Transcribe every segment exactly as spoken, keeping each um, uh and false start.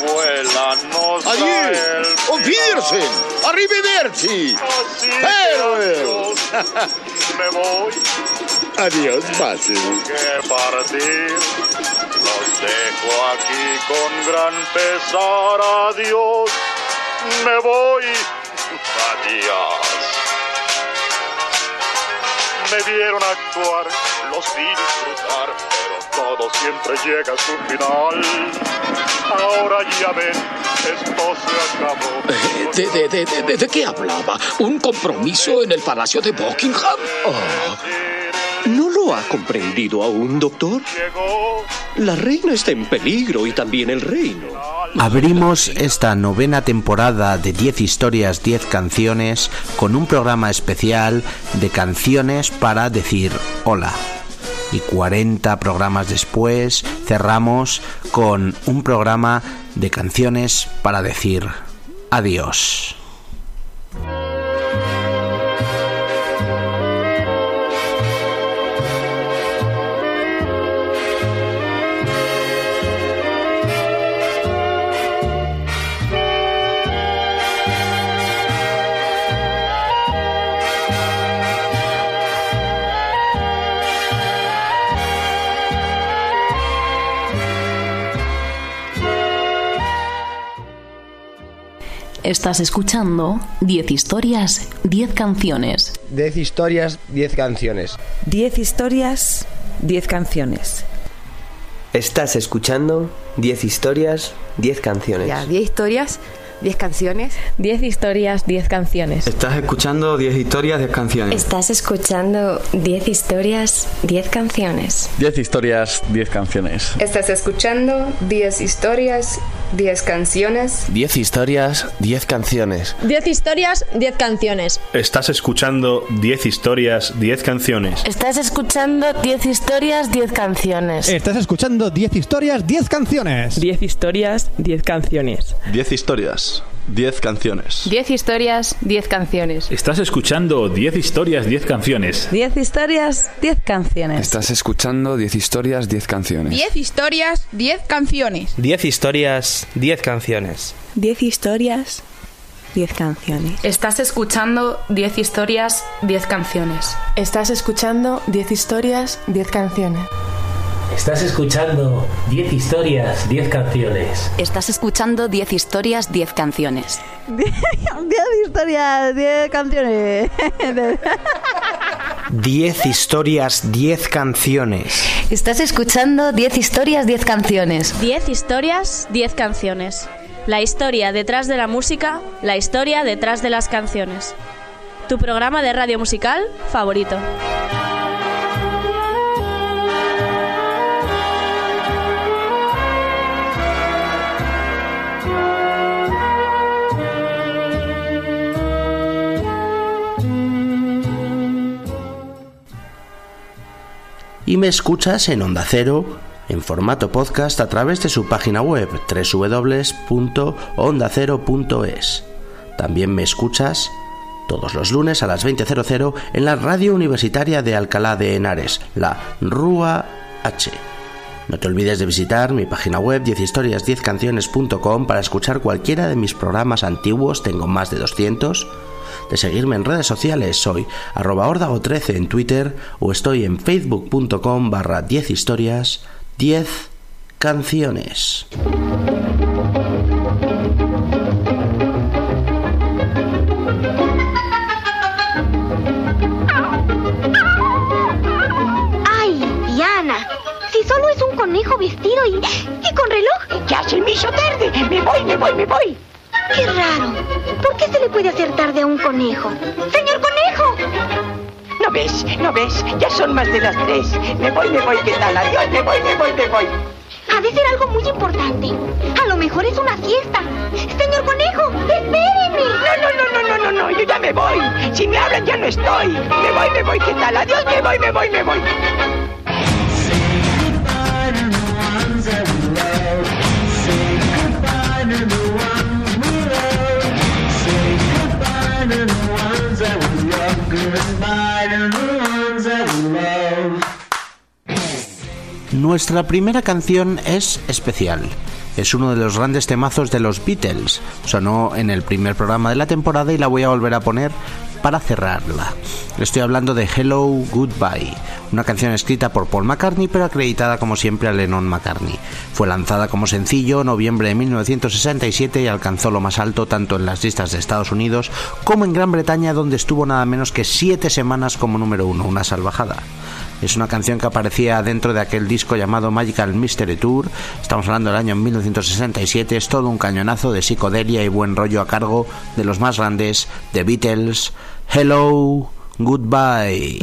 escuela nos Adiós. Auf Wiedersehen. Arrivederci. Farewell. Me voy. Adiós, Basil. Que partir. Los dejo aquí con gran pesar. Adiós. Me voy. Adiós. Me vieron actuar, los vi disfrutar, pero todo siempre llega a su final. Ahora ya ven, esto se acabó. ¿De, de, de, de, de, de qué hablaba? ¿Un compromiso en el Palacio de Buckingham? Oh. ¿No lo ha comprendido aún, doctor? La reina está en peligro y también el reino. Abrimos esta novena temporada de diez historias, diez canciones con un programa especial de canciones para decir hola. Y cuarenta programas después cerramos con un programa de canciones para decir adiós. Estás escuchando diez historias, diez canciones. diez historias, diez canciones. diez historias, diez canciones. Estás escuchando diez historias, diez canciones. Ya, diez historias, diez canciones. diez historias, diez canciones. Estás escuchando diez historias, diez canciones. Estás escuchando diez historias, diez canciones. diez historias, diez canciones. Estás escuchando diez historias, diez canciones. diez historias, diez canciones. diez historias, diez canciones. Estás escuchando diez historias, diez canciones. Estás escuchando diez historias, diez canciones. Estás escuchando diez historias, diez canciones. diez historias, diez canciones. diez historias, diez canciones. diez historias, diez canciones. Estás escuchando diez historias, diez canciones. diez historias, diez canciones. Estás escuchando diez historias, diez canciones. diez historias, diez canciones. diez historias, diez canciones. diez historias, diez canciones. Estás escuchando diez historias, diez canciones. Estás escuchando diez historias, diez canciones. Estás escuchando diez historias, diez canciones. Estás escuchando diez historias, diez canciones. diez historias, diez canciones. diez historias, diez canciones. Estás escuchando diez historias, diez canciones. diez historias, diez canciones. La historia detrás de la música, la historia detrás de las canciones. Tu programa de radio musical favorito. Y me escuchas en Onda Cero, en formato podcast a través de su página web doble u doble u doble u punto onda cero punto es. También me escuchas todos los lunes a las veinte en la radio universitaria de Alcalá de Henares, la Rúa H. No te olvides de visitar mi página web diez historias diez canciones punto com para escuchar cualquiera de mis programas antiguos, tengo más de doscientos, de seguirme en redes sociales, soy arroba órdago trece en Twitter o estoy en facebook punto com barra diez historias, diez canciones. ¡Ay, Diana! Si solo es un conejo vestido y, y con reloj. ¡Ya se me hizo tarde! ¡Me voy, me voy, me voy! ¡Qué raro! ¿Por qué se le puede hacer tarde a un conejo? ¡Señor conejo! ¿No ves? ¿No ves? Ya son más de las tres. Me voy, me voy, ¿qué tal? Adiós, me voy, me voy, me voy. Ha de ser algo muy importante. A lo mejor es una fiesta. ¡Señor conejo! ¡Espéreme! No, no, no, no, no, no, no, yo ya me voy. Si me hablan ya no estoy. Me voy, me voy, ¿qué tal? Adiós, me voy, me voy, me voy. Nuestra primera canción es especial. Es uno de los grandes temazos de los Beatles. Sonó en el primer programa de la temporada y la voy a volver a poner para cerrarla. Estoy hablando de Hello Goodbye, una canción escrita por Paul McCartney pero acreditada como siempre a Lennon McCartney. Fue lanzada como sencillo en noviembre de mil novecientos sesenta y siete y alcanzó lo más alto tanto en las listas de Estados Unidos como en Gran Bretaña, donde estuvo nada menos que siete semanas como número uno, una salvajada. Es una canción que aparecía dentro de aquel disco llamado Magical Mystery Tour. Estamos hablando del año mil novecientos sesenta y siete. Es todo un cañonazo de psicodelia y buen rollo a cargo de los más grandes, The Beatles. Hello Goodbye.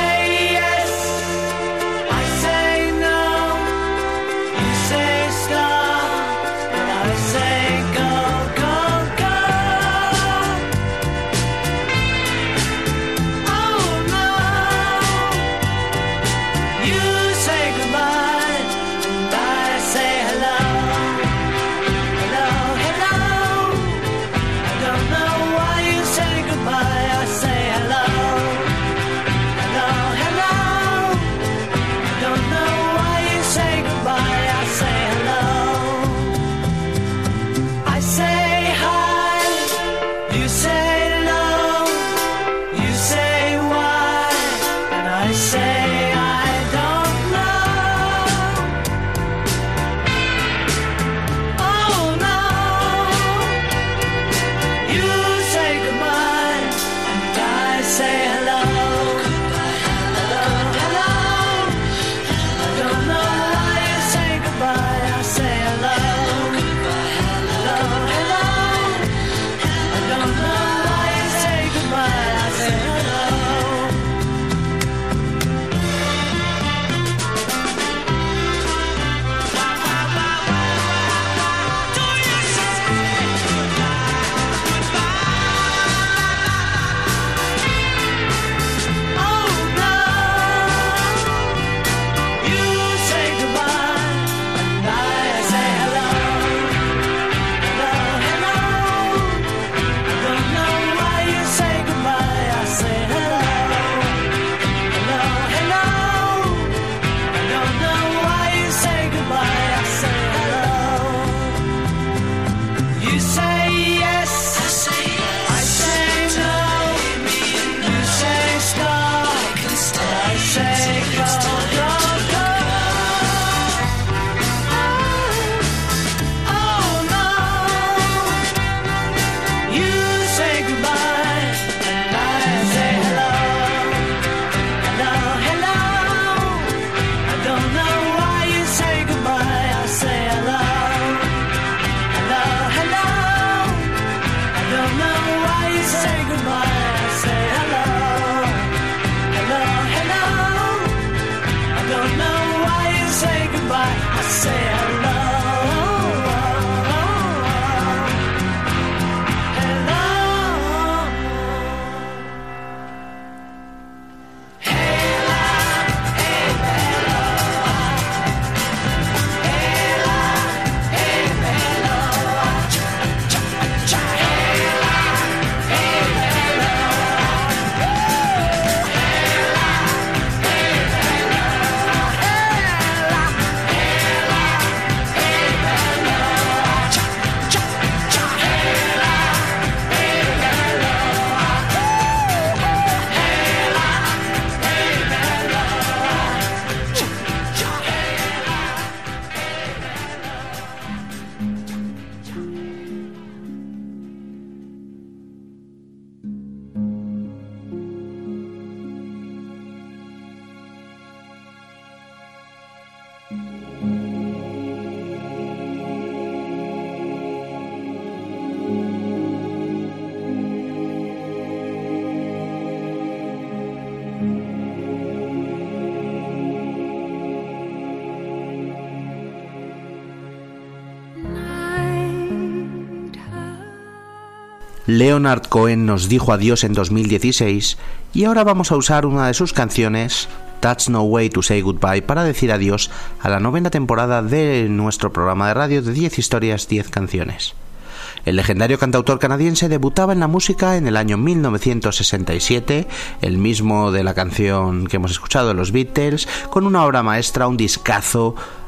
Leonard Cohen nos dijo adiós en dos mil dieciséis y ahora vamos a usar una de sus canciones, That's No Way to Say Goodbye, para decir adiós a la novena temporada de nuestro programa de radio de diez historias, diez canciones. El legendario cantautor canadiense debutaba en la música en el año mil novecientos sesenta y siete, el mismo de la canción que hemos escuchado, los Beatles, con una obra maestra, un discazo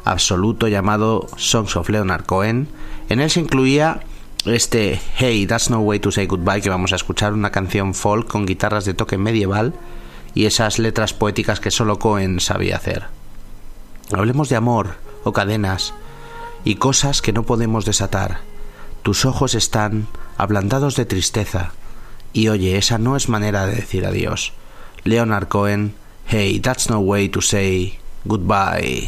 absoluto llamado Songs of Leonard Cohen. En él se incluía este Hey, That's No Way to Say Goodbye, que vamos a escuchar, una canción folk con guitarras de toque medieval y esas letras poéticas que solo Cohen sabía hacer. Hablemos de amor o cadenas y cosas que no podemos desatar. Tus ojos están ablandados de tristeza y oye, esa no es manera de decir adiós. Leonard Cohen, Hey, That's No Way to Say Goodbye.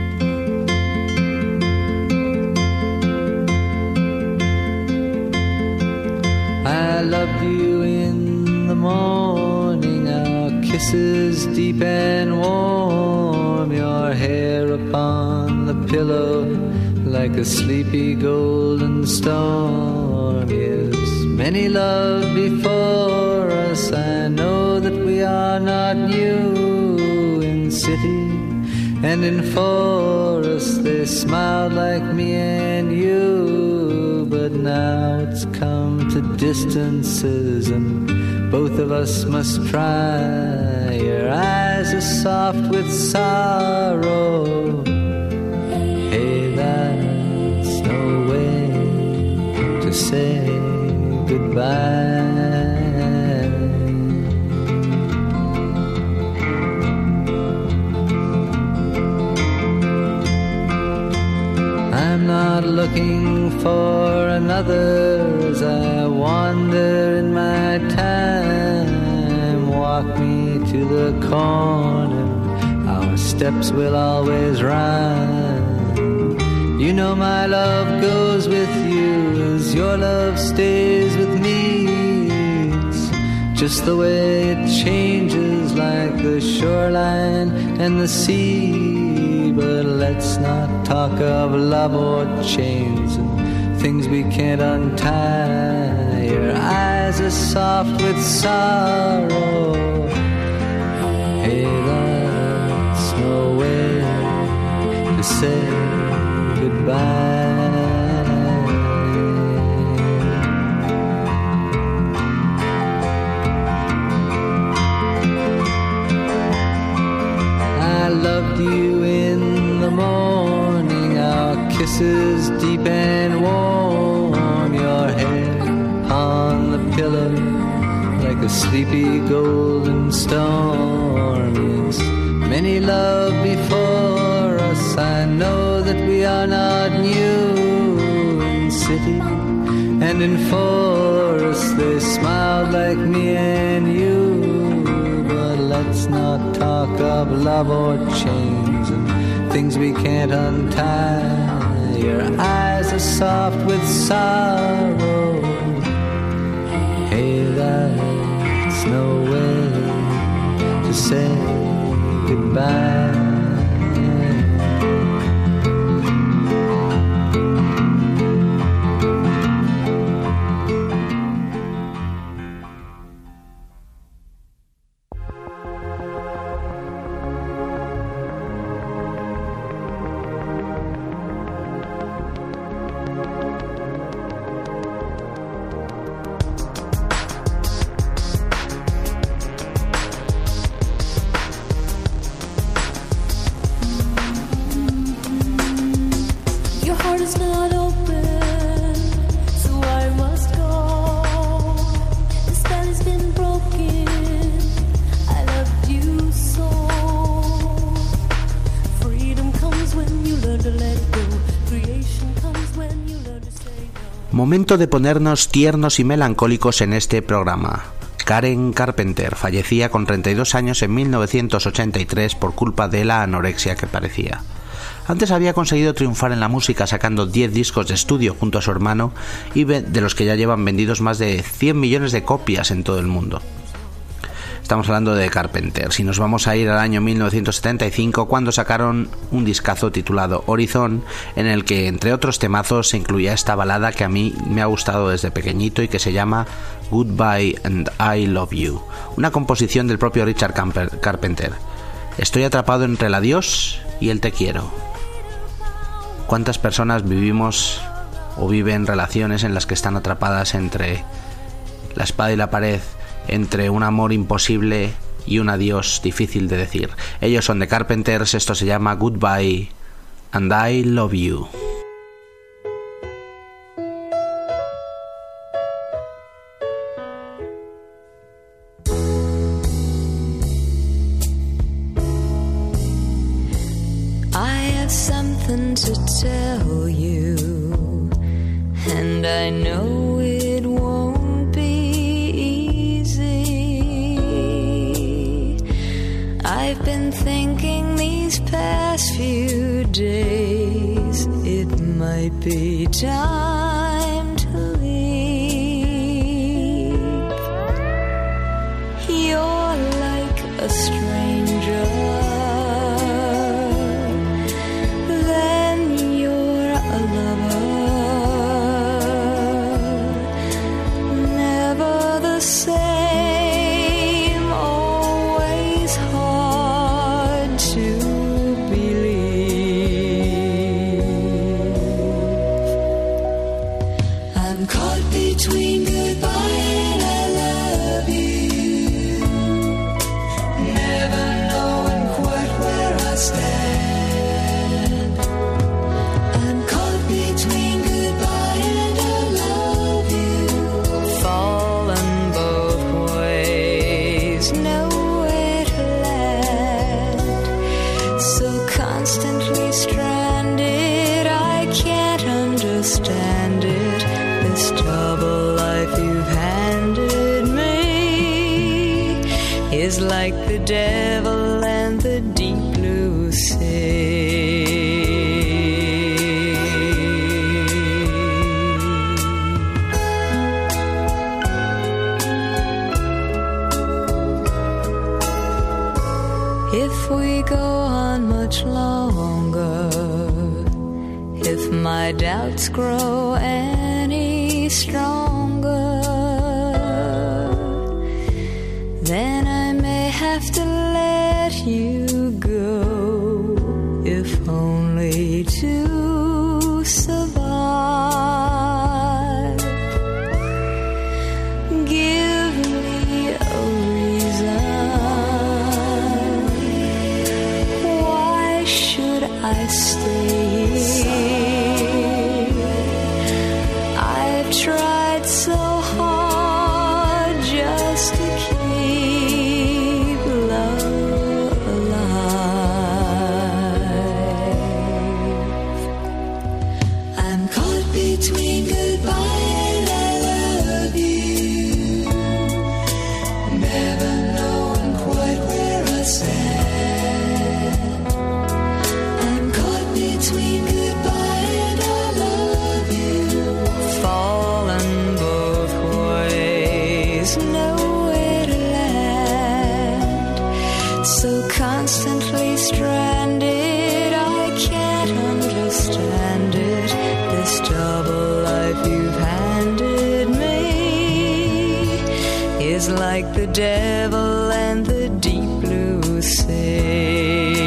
I loved you in the morning, our kisses deep and warm, your hair upon the pillow like a sleepy golden storm. Yes, many love before us, I know that we are not new. In city and in forest they smiled like me and you, but now it's come to distances and both of us must try. Your eyes are soft with sorrow. Hey, that's no way to say goodbye. I'm not looking for another as I wander in my time. Walk me to the corner, our steps will always rhyme. You know my love goes with you as your love stays with me. It's just the way it changes like the shoreline and the sea. But let's not talk of love or chains and things we can't untie. Your eyes are soft with sorrow. Hey, that's no way to say goodbye. I loved you in the morning, our kisses deep and warm, your head on the pillow like a sleepy golden storm. Yes, many love before us, I know that we are not new. In city and in forest they smiled like me and you, but let's not talk of love or chains and things we can't untie. Your eyes are soft with sorrow. Hey, that's no way to say goodbye. Momento de ponernos tiernos y melancólicos en este programa. Karen Carpenter fallecía con treinta y dos años en mil novecientos ochenta y tres por culpa de la anorexia que padecía. Antes había conseguido triunfar en la música sacando diez discos de estudio junto a su hermano y de los que ya llevan vendidos más de cien millones de copias en todo el mundo. Estamos hablando de Carpenter. Si nos vamos a ir al año mil novecientos setenta y cinco, cuando sacaron un discazo titulado Horizon, en el que entre otros temazos se incluía esta balada que a mí me ha gustado desde pequeñito y que se llama Goodbye and I Love You, una composición del propio Richard Carpenter. Estoy atrapado entre el adiós y el te quiero. ¿Cuántas personas vivimos o viven relaciones en las que están atrapadas entre la espada y la pared, entre un amor imposible y un adiós difícil de decir? Ellos son The Carpenters, esto se llama Goodbye and I Love You. Something to tell you, and I know it won't be easy. I've been thinking these past few days it might be time to leave. You're like a stranger, like the devil and the deep blue sea. If we go on much longer, if my doubts grow any stronger, then I have to let you go, if only to survive. Give me a reason, why should I stay here? I've tried so hard just to keep constantly stranded, I can't understand it. This double life you've handed me is like the devil and the deep blue sea.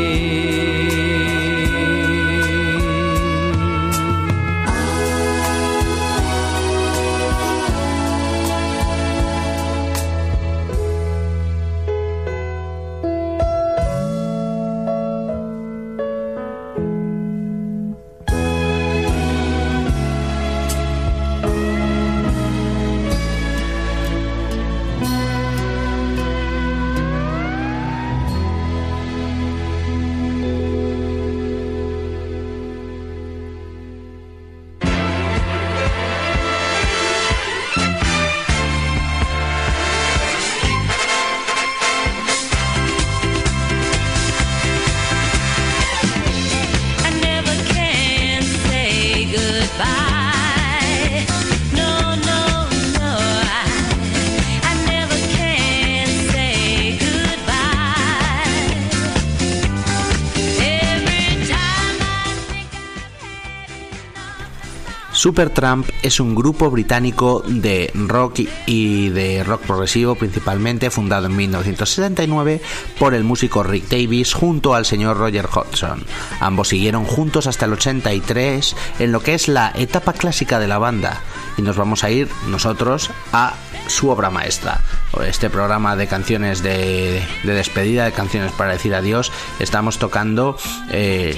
Supertramp es un grupo británico de rock y de rock progresivo principalmente, fundado en mil novecientos setenta y nueve por el músico Rick Davies junto al señor Roger Hodgson. Ambos siguieron juntos hasta el ochenta y tres en lo que es la etapa clásica de la banda, y nos vamos a ir nosotros a su obra maestra. Este programa de canciones de, de despedida, de canciones para decir adiós, estamos tocando eh,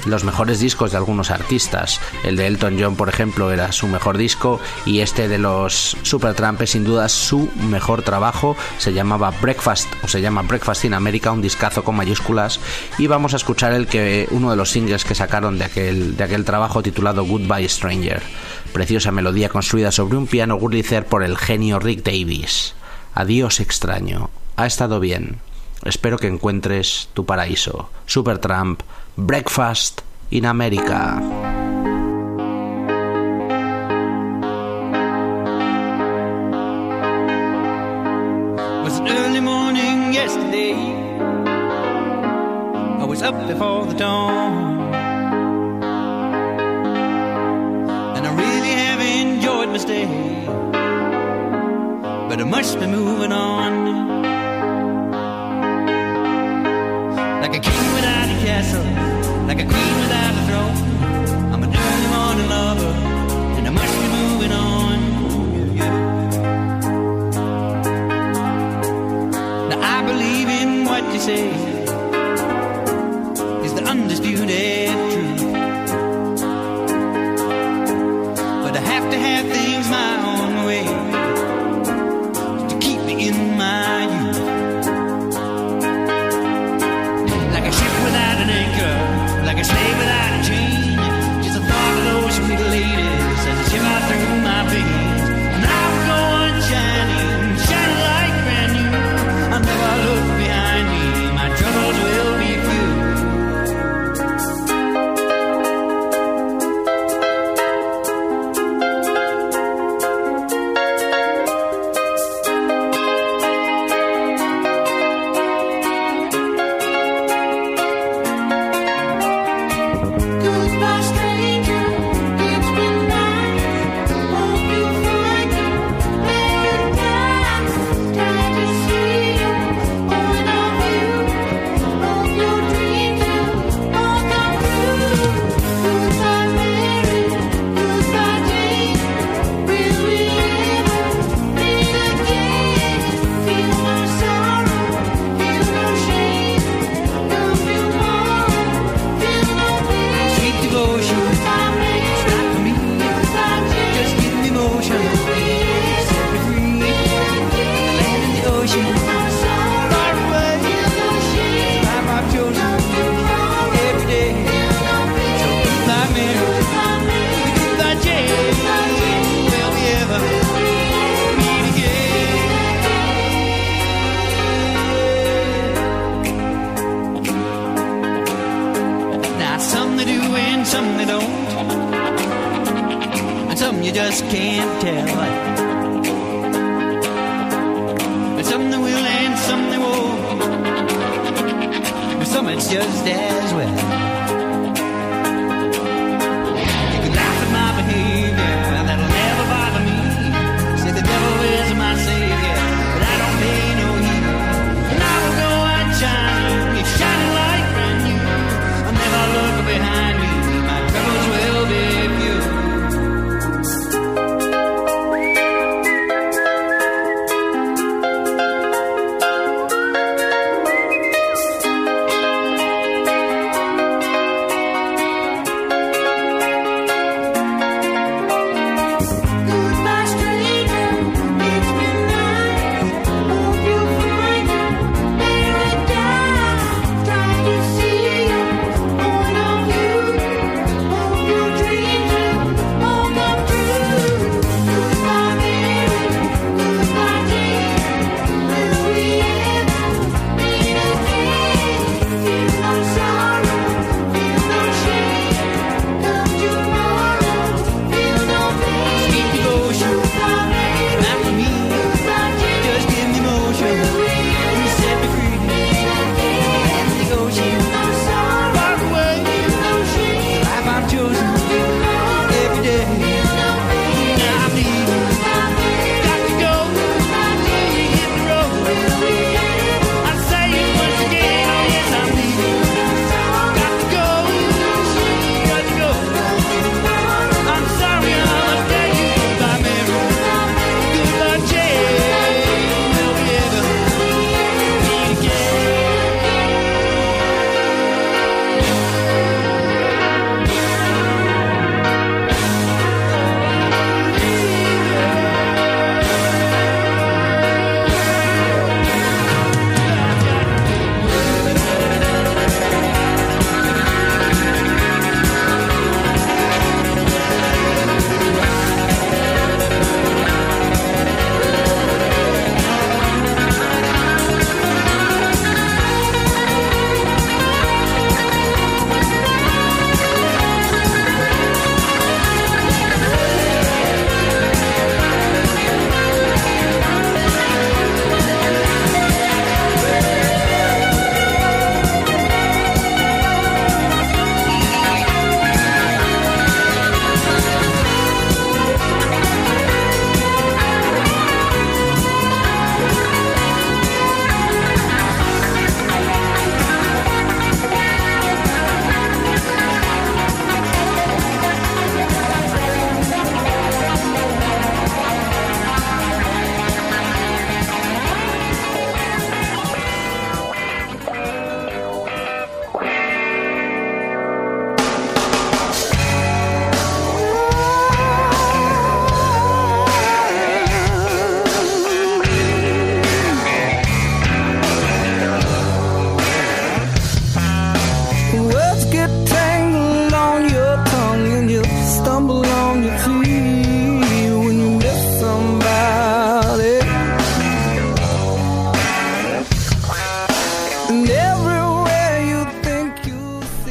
los mejores discos de algunos artistas. El de Elton John, por ejemplo, era su mejor disco, y este de los Supertramp es sin duda su mejor trabajo. Se llamaba Breakfast, o se llama Breakfast in America, un discazo con mayúsculas, y vamos a escuchar el que uno de los singles que sacaron de aquel, de aquel trabajo titulado Goodbye Stranger. Preciosa melodía construida sobre un piano Wurlitzer por el genio Rick Davies. Adiós extraño, ha estado bien. Espero que encuentres tu paraíso. Supertramp, Breakfast in America. Was an early morning yesterday. I was up before the dawn, and I really have enjoyed my stay, but I must be moving on. Like a king without a castle, like a queen without a throne. I'm an early morning lover, and I must be moving on. Yeah. Now I believe in what you say is the undisputed truth, but I have to have things my own way to keep me in my youth. Like a slave without a chain, just a thought of those sweet ladies as I shiver through my veins. And I will go on shining, shining like brand new. I'll never look behind me, my troubles will be few.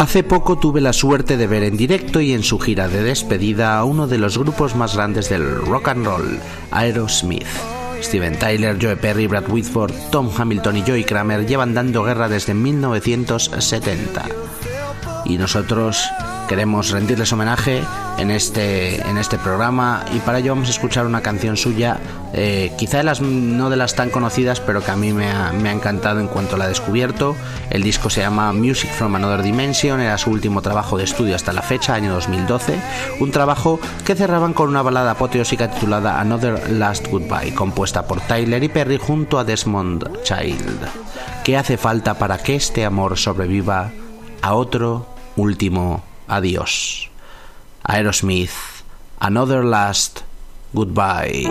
Hace poco tuve la suerte de ver en directo y en su gira de despedida a uno de los grupos más grandes del rock and roll, Aerosmith. Steven Tyler, Joe Perry, Brad Whitford, Tom Hamilton y Joey Kramer llevan dando guerra desde mil novecientos setenta. Y nosotros queremos rendirles homenaje en este, en este programa, y para ello vamos a escuchar una canción suya, eh, quizá de las, no de las tan conocidas, pero que a mí me ha, me ha encantado en cuanto la he descubierto. El disco se llama Music from Another Dimension, era su último trabajo de estudio hasta la fecha, año dos mil doce, un trabajo que cerraban con una balada apoteósica titulada Another Last Goodbye, compuesta por Tyler y Perry junto a Desmond Child. ¿Qué hace falta para que este amor sobreviva a otro último adiós? Aerosmith, Another Last Goodbye.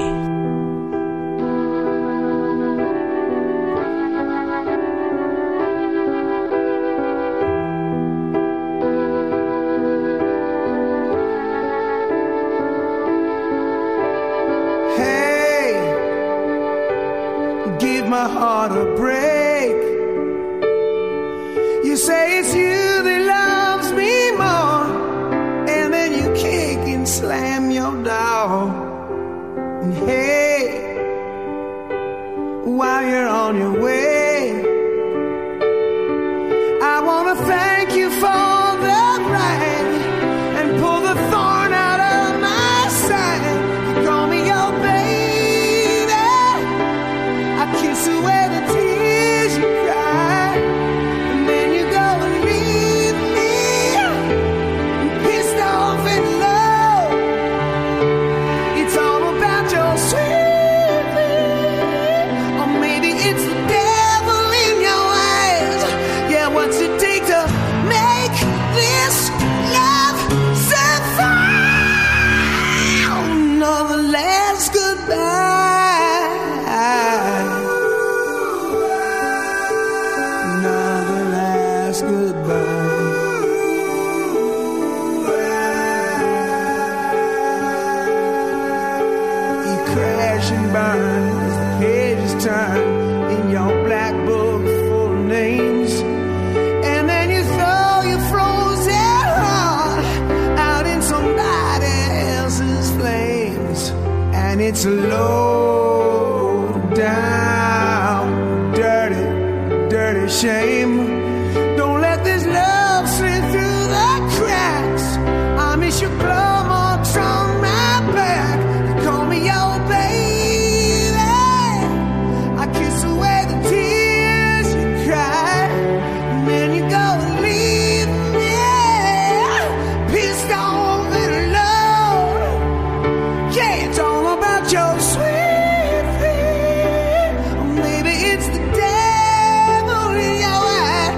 Hey, give my heart a break. You say it's you that loves me more, and then you kick and slam your door. And hey, while you're on your way, I wanna thank you for the ride and pull the thorn out of my side. You call me your baby, I kiss away the tears you cry, and then you go and leave me pissed off in love. It's all about your sweet thing, or maybe it's the devil in your eyes. Yeah, what's it take to make this love survive? Another last goodbye. Another last goodbye. You crash and burn as the pages turn in your black book full of names, and then you throw your frozen heart out in somebody else's flames, and it's a low down, dirty, dirty shame. Don't let this love slip through the cracks. I miss your claw marks on my back. You call me your baby, I kiss away the tears you cry, and then you go and leave me pissed off and alone. Yeah, it's all about your sweet thing, or maybe it's the devil in your eye.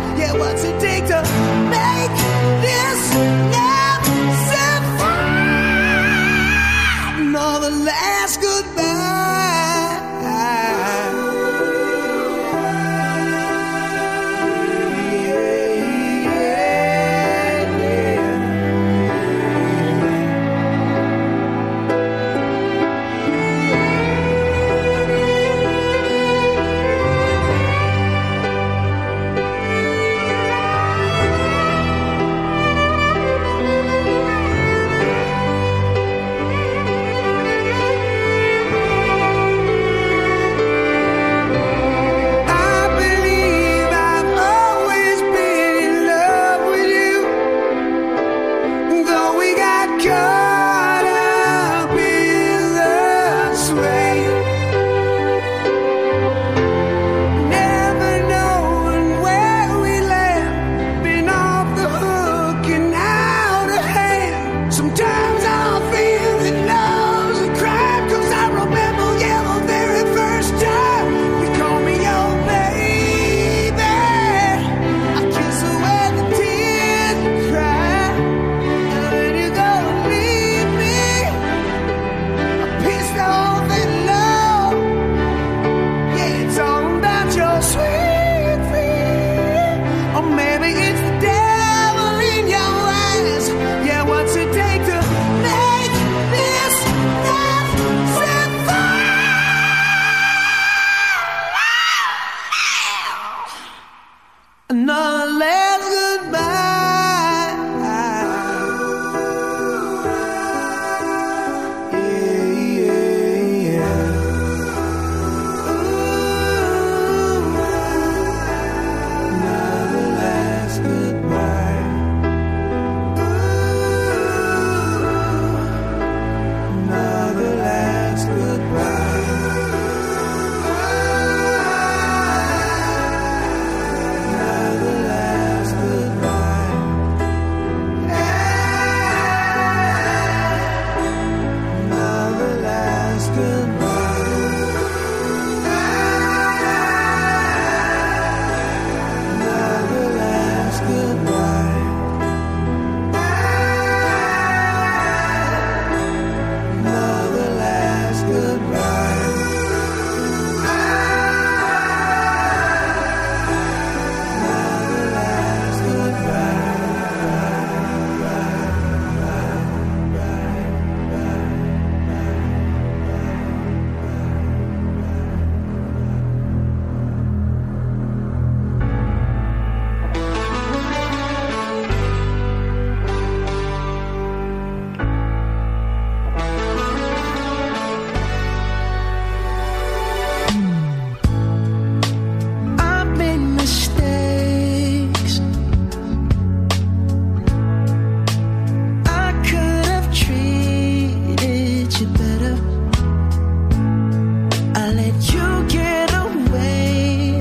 you get away.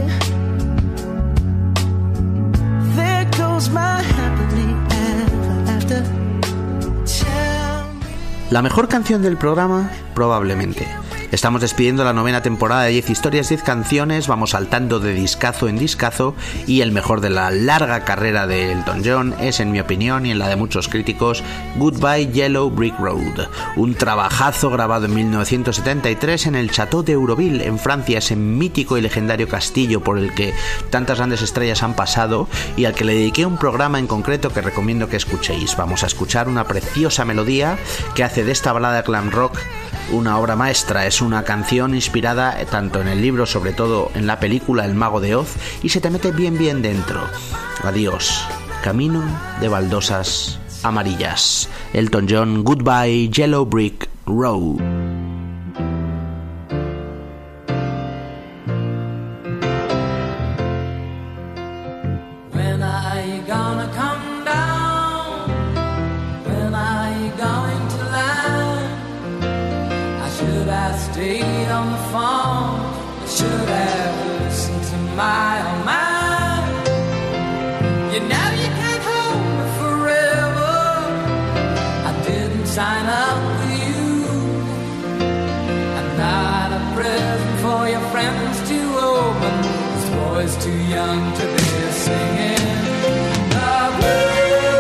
There goes my happily ever after. La mejor canción del programa, probablemente. Estamos despidiendo la novena temporada de diez historias, diez canciones, vamos saltando de discazo en discazo y el mejor de la larga carrera de Elton John es, en mi opinión y en la de muchos críticos, Goodbye Yellow Brick Road, un trabajazo grabado en mil novecientos setenta y tres en el Château d'Euroville, en Francia, ese mítico y legendario castillo por el que tantas grandes estrellas han pasado y al que le dediqué un programa en concreto que recomiendo que escuchéis. Vamos a escuchar una preciosa melodía que hace de esta balada glam rock una obra maestra. Es una canción inspirada tanto en el libro, sobre todo en la película El Mago de Oz, y se te mete bien bien dentro. Adiós, camino de baldosas amarillas. Elton John, Goodbye Yellow Brick Road. When are you gonna come down? When are you going to land? I should have stayed on the phone. I should have listened to my own mind. You know you can't hold me forever. I didn't sign up with you. I'm not a present for your friends to open. This boy's too young to be singing the blues.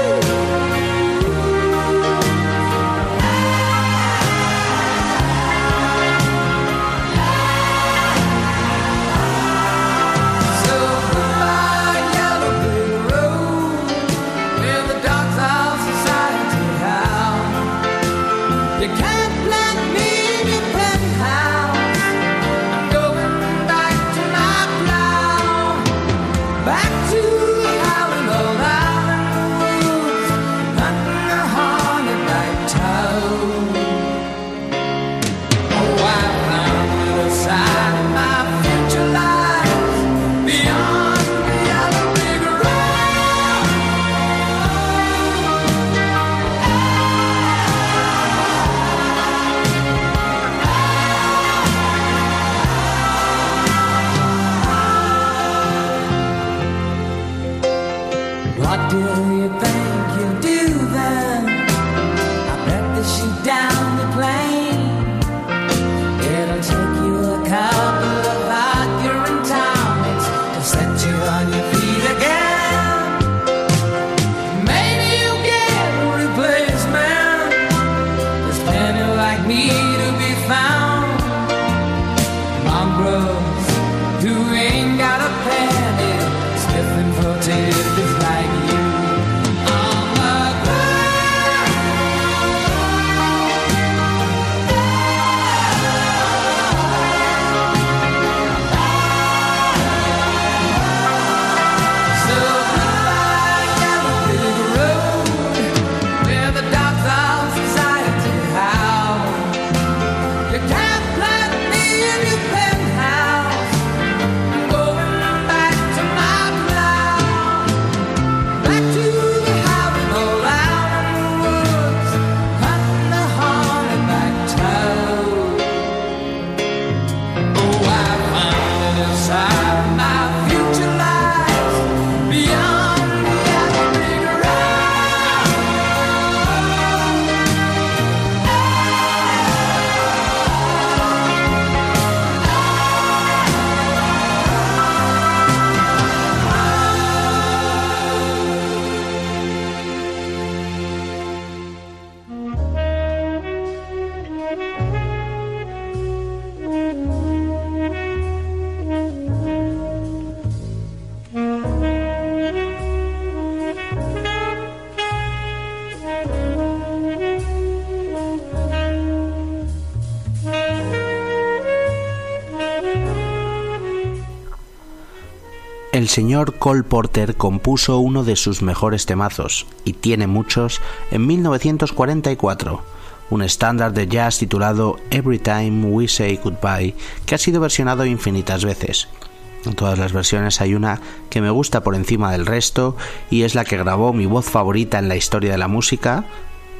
El señor Cole Porter compuso uno de sus mejores temazos, y tiene muchos, en mil novecientos cuarenta y cuatro, un estándar de jazz titulado Every Time We Say Goodbye, que ha sido versionado infinitas veces. En todas las versiones hay una que me gusta por encima del resto, y es la que grabó mi voz favorita en la historia de la música,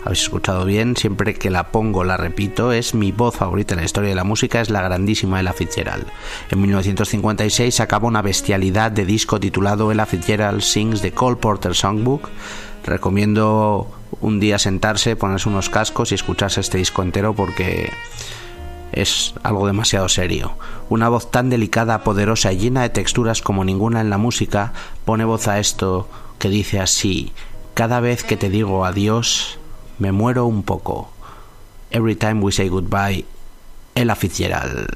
habéis escuchado bien, siempre que la pongo la repito, es mi voz favorita en la historia de la música, es la grandísima Ella Fitzgerald. En mil novecientos cincuenta y seis sacaba una bestialidad de disco titulado Ella Fitzgerald Sings the Cole Porter Songbook. Recomiendo un día sentarse, ponerse unos cascos y escucharse este disco entero porque es algo demasiado serio. Una voz tan delicada, poderosa y llena de texturas como ninguna en la música pone voz a esto que dice así: cada vez que te digo adiós me muero un poco. Every time we say goodbye, Ella Fitzgerald.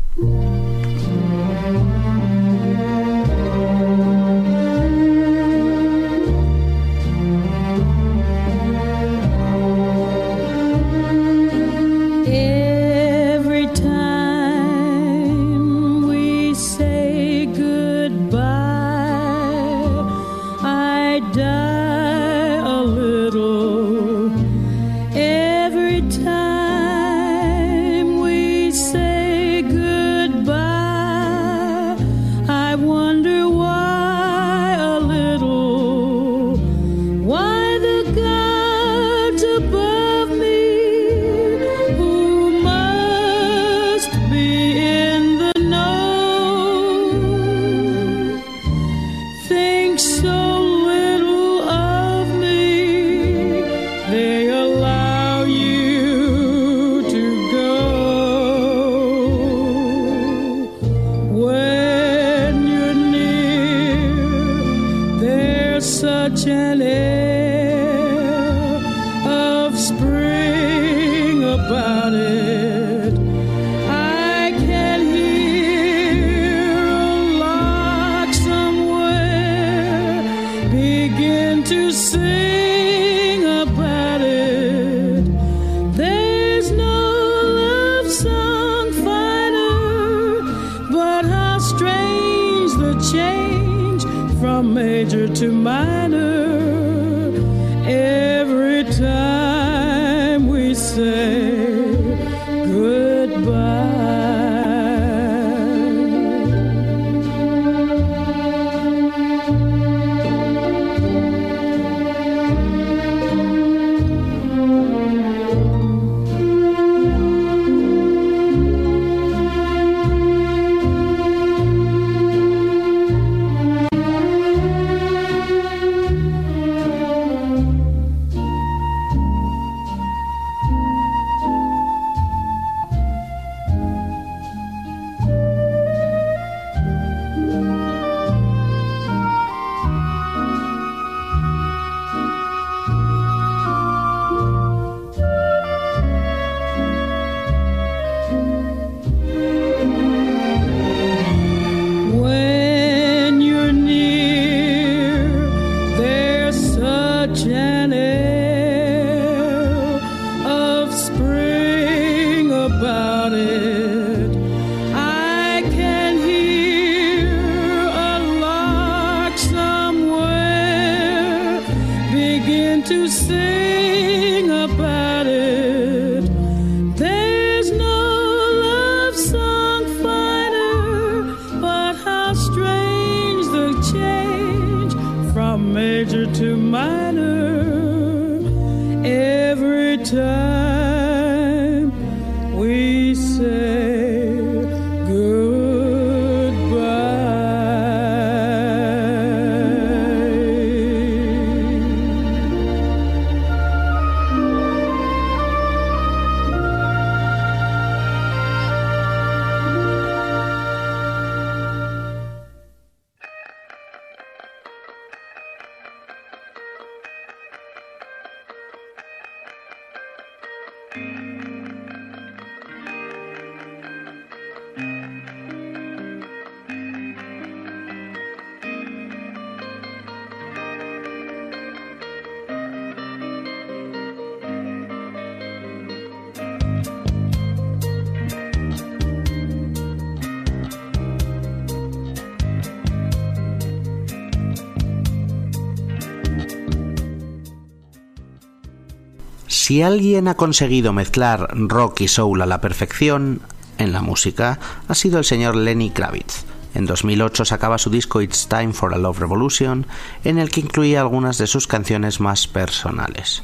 Si alguien ha conseguido mezclar rock y soul a la perfección en la música, ha sido el señor Lenny Kravitz. En dos mil ocho sacaba su disco It's Time for a Love Revolution, en el que incluía algunas de sus canciones más personales.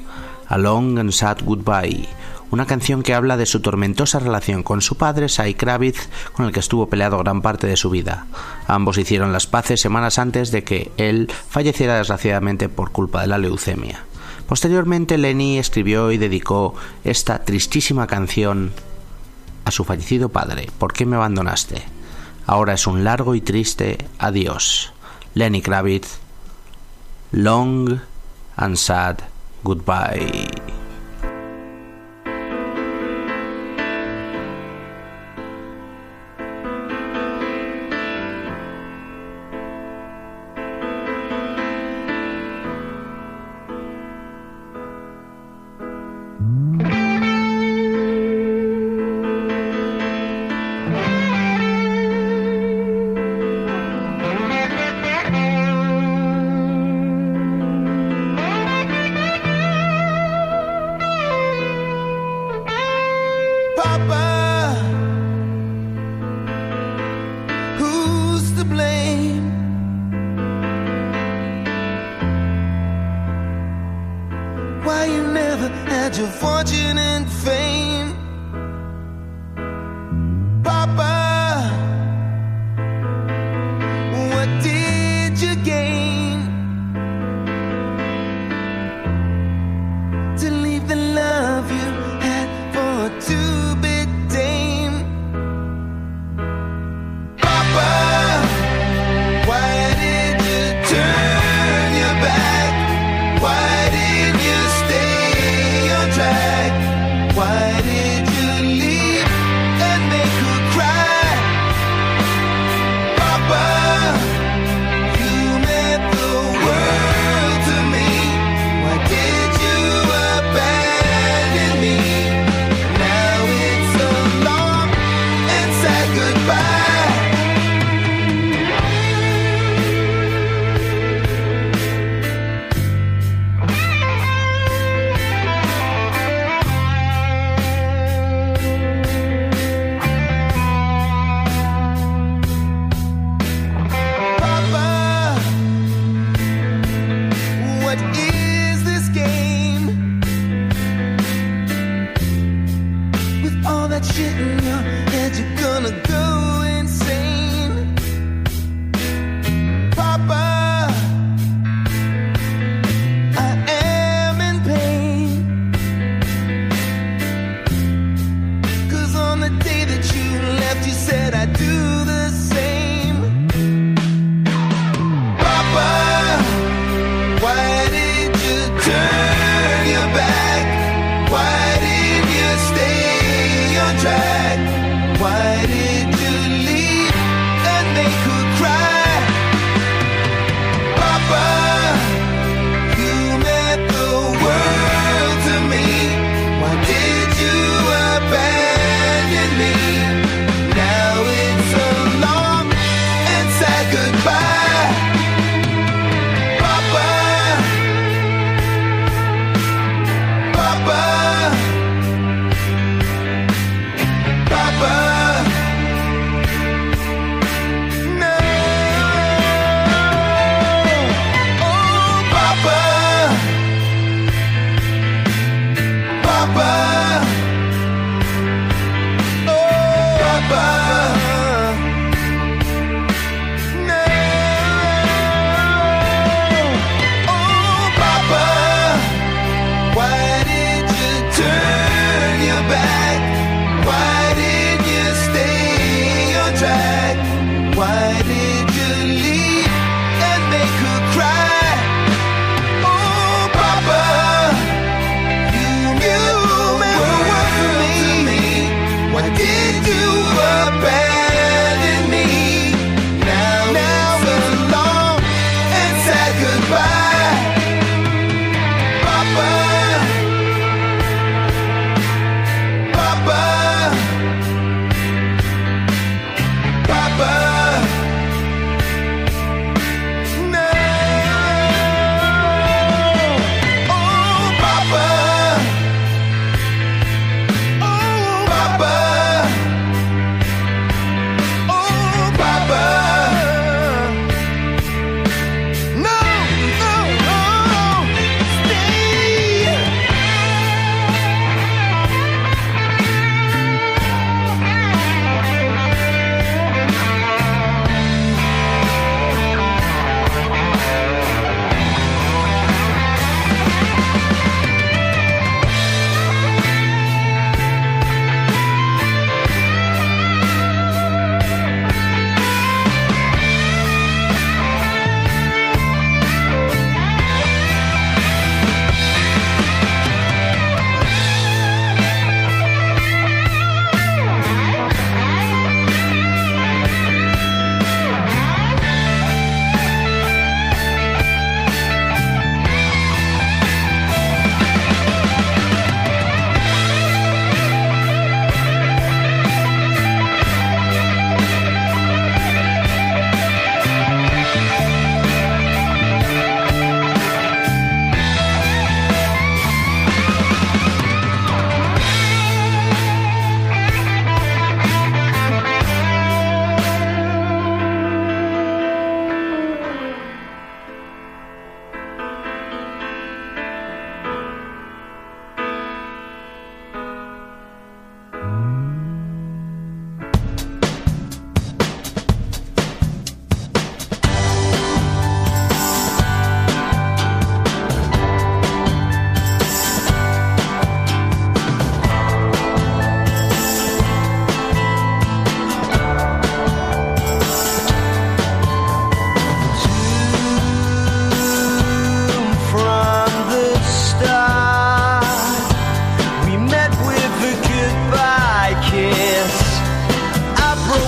A Long and Sad Goodbye, una canción que habla de su tormentosa relación con su padre, Cy Kravitz, con el que estuvo peleado gran parte de su vida. Ambos hicieron las paces semanas antes de que él falleciera desgraciadamente por culpa de la leucemia. Posteriormente, Lenny escribió y dedicó esta tristísima canción a su fallecido padre, ¿Por qué me abandonaste? Ahora es un largo y triste adiós. Lenny Kravitz, Long and Sad Goodbye.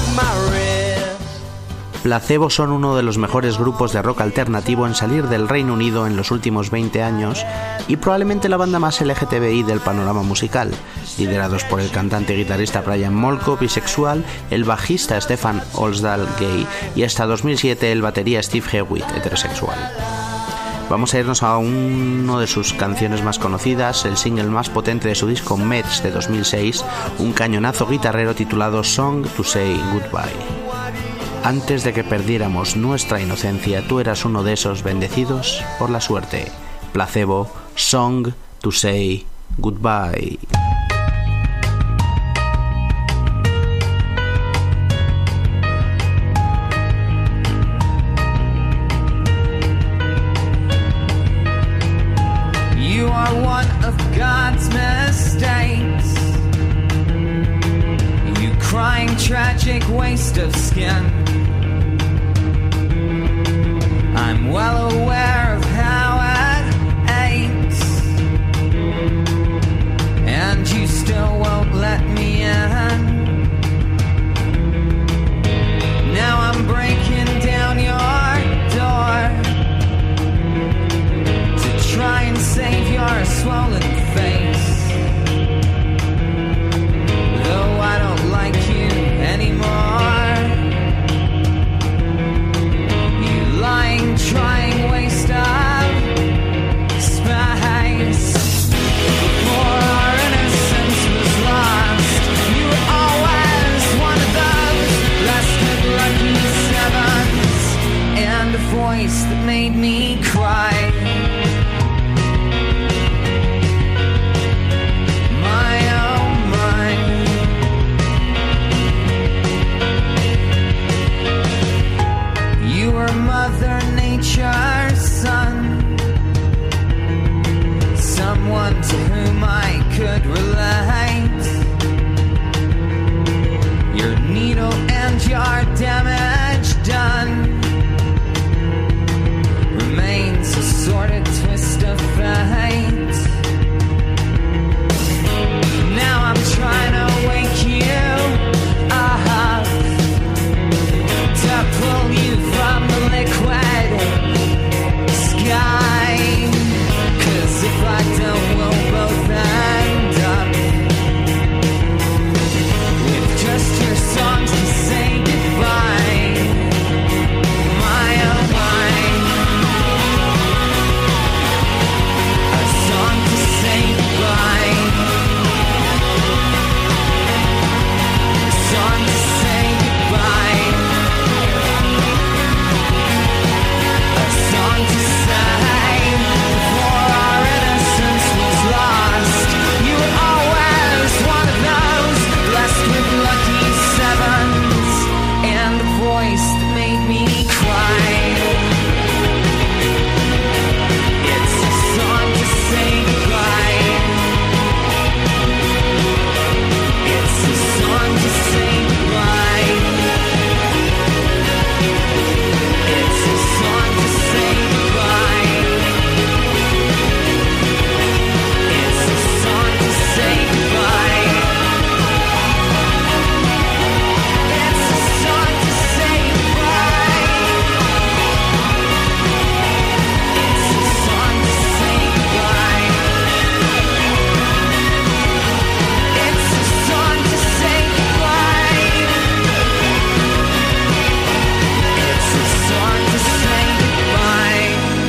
my wrist. Placebo son uno de los mejores grupos de rock alternativo en salir del Reino Unido en los últimos veinte años y probablemente la banda más L G T B I del panorama musical, liderados por el cantante y guitarrista Brian Molko, bisexual, el bajista Stefan Olsdal, gay, y hasta dos mil siete el batería Steve Hewitt, heterosexual. Vamos a irnos a una de sus canciones más conocidas, el single más potente de su disco Mets de dos mil seis, un cañonazo guitarrero titulado Song to Say Goodbye. Antes de que perdiéramos nuestra inocencia, tú eras uno de esos bendecidos por la suerte. Placebo, Song to Say Goodbye. You are one of God's mistakes. You crying tragic waste of skin. I'm well aware of how it aches, and you still won't let me in. Now I'm breaking down your door to try and save your swollen face, though I don't like you anymore. You lying, trying waste of space. Before our innocence was lost, you were always one of those less good lucky sevens, and a voice that made me cry. Mother Nature's son, someone to whom I could relate. Your needle and your damage done remains a sordid twist of fate. Now I'm trying to wake you up, to pull you from the liquid sky. 'Cause if I don't, we'll both end up with just your songs to say goodbye. My oh my, a song to say goodbye, a song to say goodbye, a song to say. Before our innocence was lost, you were always one of those blessed with lucky sevens, and a voice that made me cry. It's a song to say goodbye. It's a song to say goodbye. It's a song to say goodbye. It's a song to say goodbye. It's a song to say goodbye. It's a song to say goodbye. It's a song to say goodbye. It's a song to say goodbye.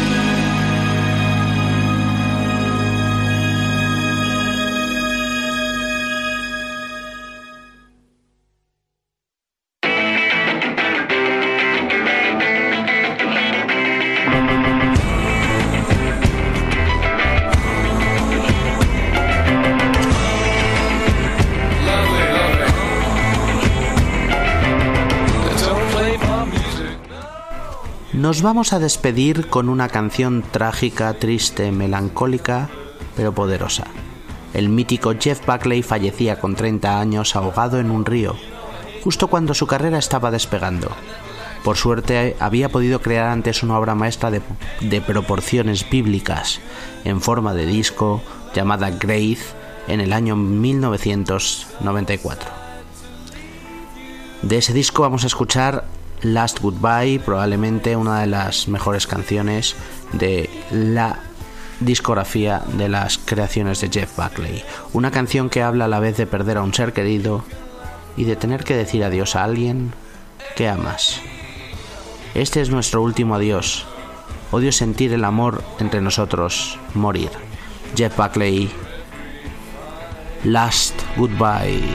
Nos vamos a despedir con una canción trágica, triste, melancólica, pero poderosa. El mítico Jeff Buckley fallecía con treinta años ahogado en un río, justo cuando su carrera estaba despegando. Por suerte había podido crear antes una obra maestra de, de proporciones bíblicas, en forma de disco, llamada Grace, en el año mil novecientos noventa y cuatro. De ese disco vamos a escuchar Last Goodbye, probablemente una de las mejores canciones de la discografía de las creaciones de Jeff Buckley. Una canción que habla a la vez de perder a un ser querido y de tener que decir adiós a alguien que amas. Este es nuestro último adiós. Odio sentir el amor entre nosotros morir. Jeff Buckley, Last Goodbye.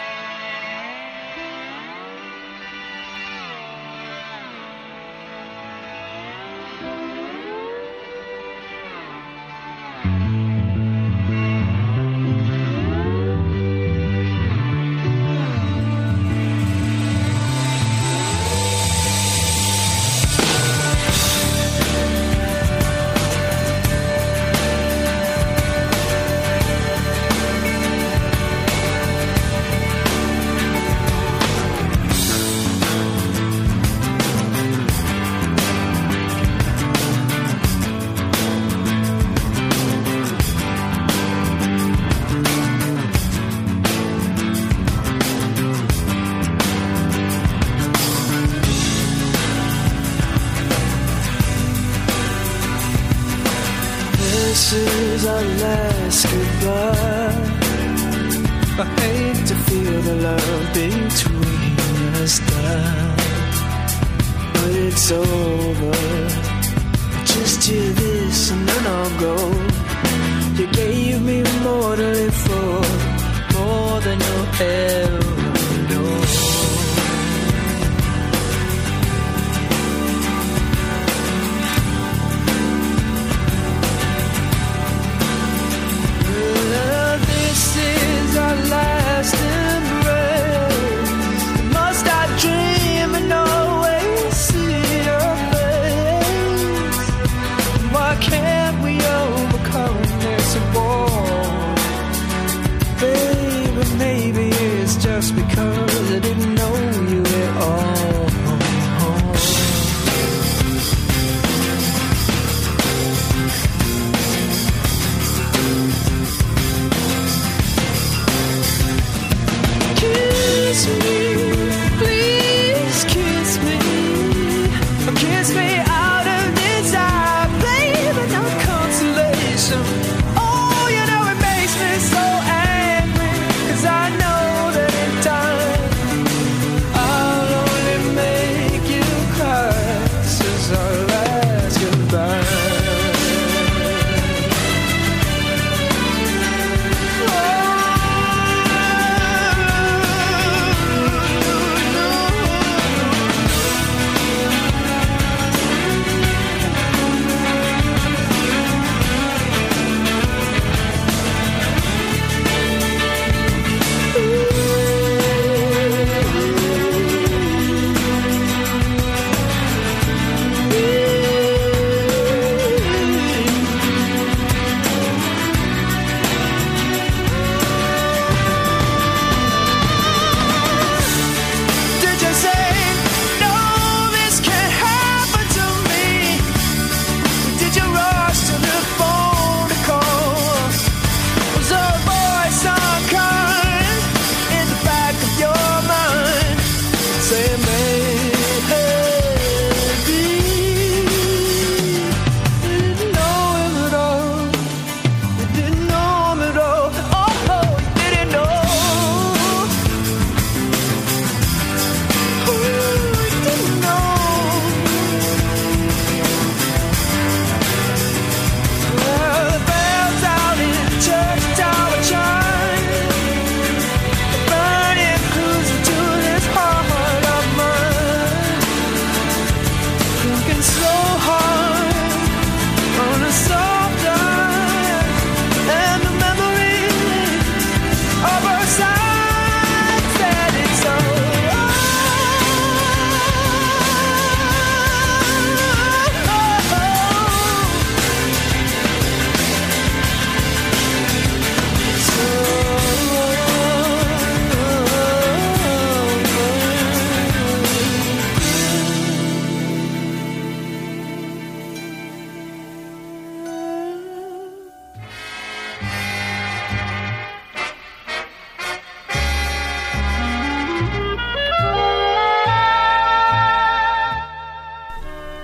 This is our last goodbye. I hate to feel the love between us die, but it's over. Just hear this and then I'll go. You gave me more to live for, more than you'll ever know. Last embrace. Must I dream and always see your face? Why can't we overcome this war? Baby, maybe it's just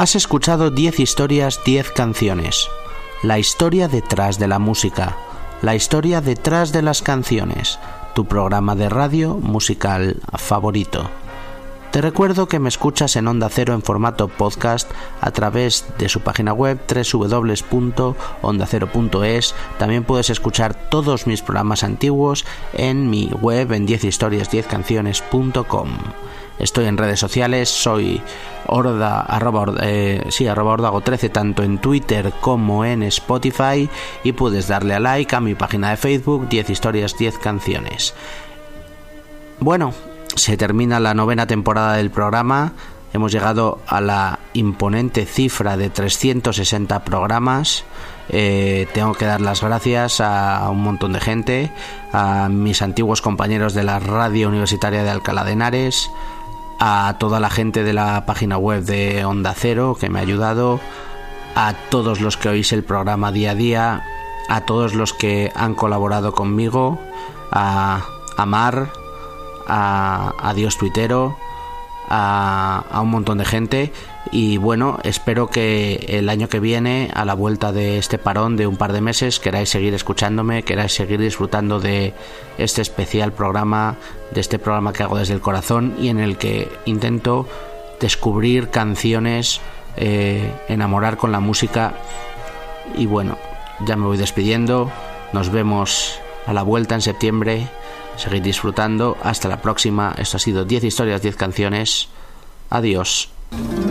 Has escuchado diez historias, diez canciones. La historia detrás de la música, la historia detrás de las canciones, tu programa de radio musical favorito. Te recuerdo que me escuchas en Onda Cero en formato podcast a través de su página web doble u doble u doble u punto onda cero punto es. También puedes escuchar todos mis programas antiguos en mi web en diez historias diez canciones punto com. Estoy en redes sociales, soy Orda, arroba, orda, eh, sí, arroba ordago trece, tanto en Twitter como en Spotify, y puedes darle a like a mi página de Facebook, diez historias, diez canciones. Bueno, se termina la novena temporada del programa, hemos llegado a la imponente cifra de trescientos sesenta programas. Eh, tengo que dar las gracias a un montón de gente, a mis antiguos compañeros de la radio universitaria de Alcalá de Henares, a toda la gente de la página web de Onda Cero que me ha ayudado, a todos los que oís el programa día a día, a todos los que han colaborado conmigo, a, a Mar, a, a Dios Tuitero, a, a un montón de gente. Y bueno, espero que el año que viene, a la vuelta de este parón de un par de meses, queráis seguir escuchándome, queráis seguir disfrutando de este especial programa, de este programa que hago desde el corazón y en el que intento descubrir canciones, eh, enamorar con la música. Y bueno, ya me voy despidiendo, nos vemos a la vuelta en septiembre, seguid disfrutando, hasta la próxima. Esto ha sido diez historias, diez canciones. Adiós.